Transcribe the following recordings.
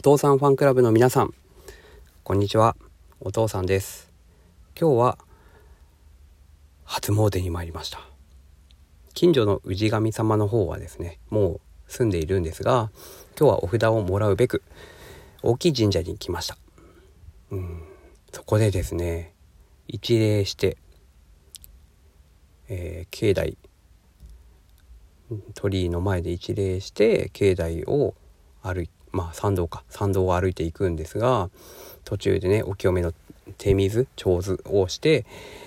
父さんファンクラブの皆さん、こんにちは。お父さんです。今日は初詣に参りました。近所の氏神様の方はですね、もう住んでいるんですが、今日はお札をもらうべく大きい神社に来ました。そこでですね、一礼して、境内、鳥居の前で一礼して境内を参道を歩いていくんですが、途中でね、お清めの手水をして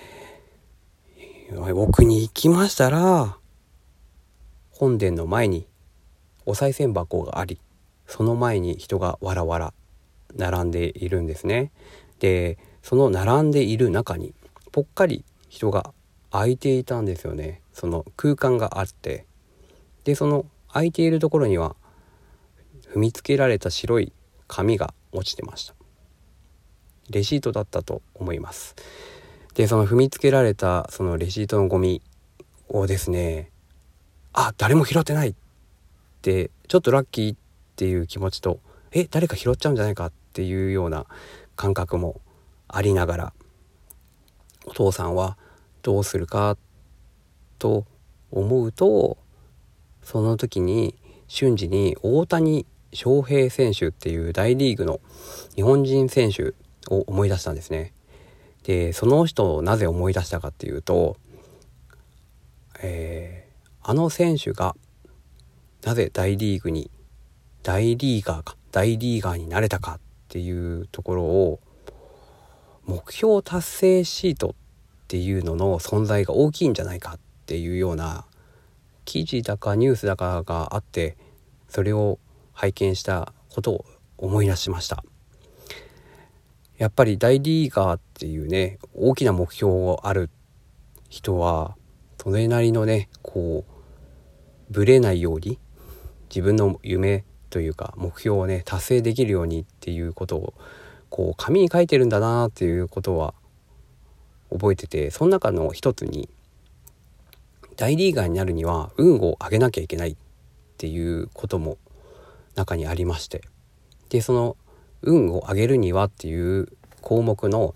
奥に行きましたら、本殿の前にお賽銭箱があり、その前に人がわらわら並んでいるんですね。で、その並んでいる中にぽっかり人が空いていたんですよね。その空間があって、でその空いているところには踏みつけられた白い紙が落ちてました。レシートだったと思います。で、その踏みつけられたそのレシートのゴミをですね、誰も拾ってないってちょっとラッキーっていう気持ちと、誰か拾っちゃうんじゃないかっていうような感覚もありながら、お父さんはどうするかと思うと、その時に瞬時に大谷翔平選手っていう大リーグの日本人選手を思い出したんですね。で、その人をなぜ思い出したかっていうと、あの選手がなぜ大リーガーになれたかっていうところを、目標達成シートっていうのの存在が大きいんじゃないかっていうような記事だかニュースだかがあって、それを拝見したことを思い出しました。やっぱり大リーガーっていうね、大きな目標がある人はそれなりのね、ぶれないように自分の夢というか目標をね、達成できるようにっていうことを紙に書いてるんだなっていうことは覚えてて、その中の一つに、大リーガーになるには運を上げなきゃいけないっていうことも中にありまして、でその運を上げるにはっていう項目の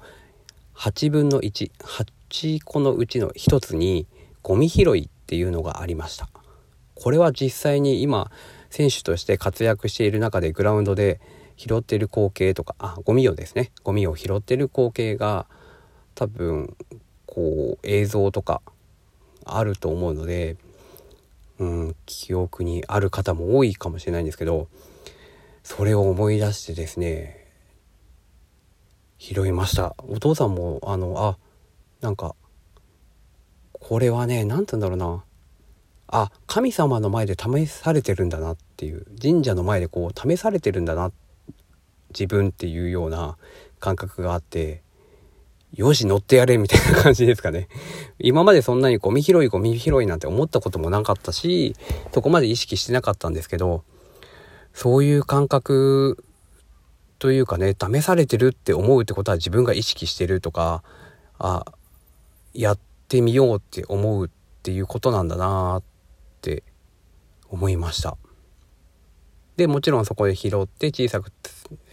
8分の1、8個のうちの1つにゴミ拾いっていうのがありました。これは実際に今選手として活躍している中でグラウンドで拾っている光景とか、ゴミを拾っている光景が多分映像とかあると思うので、記憶にある方も多いかもしれないんですけど、それを思い出してですね、拾いました。お父さんもなんかこれはね、なんて言うんだろうな、神様の前で試されてるんだなっていう、神社の前で試されてるんだな自分っていうような感覚があって、よし乗ってやれみたいな感じですかね。今までそんなにゴミ拾いなんて思ったこともなかったし、そこまで意識してなかったんですけど、そういう感覚というかね、試されてるって思うってことは自分が意識してるとか、やってみようって思うっていうことなんだなって思いました。で、もちろんそこで拾って小さく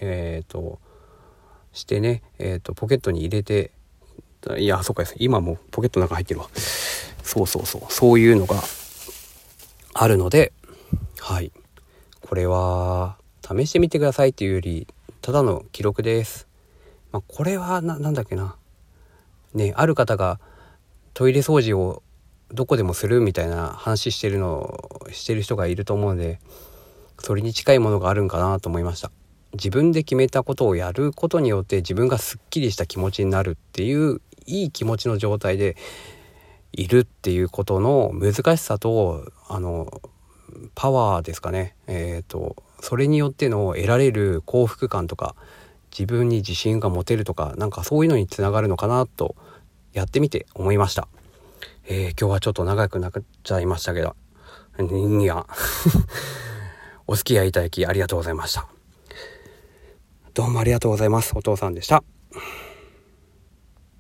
してね、ポケットに入れて、そうかです。今もうポケットの中入ってるわ。そういうのがあるので、これは試してみてくださいっていうより、ただの記録です。これはなんだっけな、ある方がトイレ掃除をどこでもするみたいな話してる人がいると思うので、それに近いものがあるんかなと思いました。自分で決めたことをやることによって自分がすっきりした気持ちになるっていういい気持ちの状態でいるっていうことの難しさとパワーですかね、それによっての得られる幸福感とか自分に自信が持てるとか、なんかそういうのにつながるのかなとやってみて思いました。今日はちょっと長くなっちゃいましたけどお付き合いいただきありがとうございました。どうもありがとうございます。お父さんでした。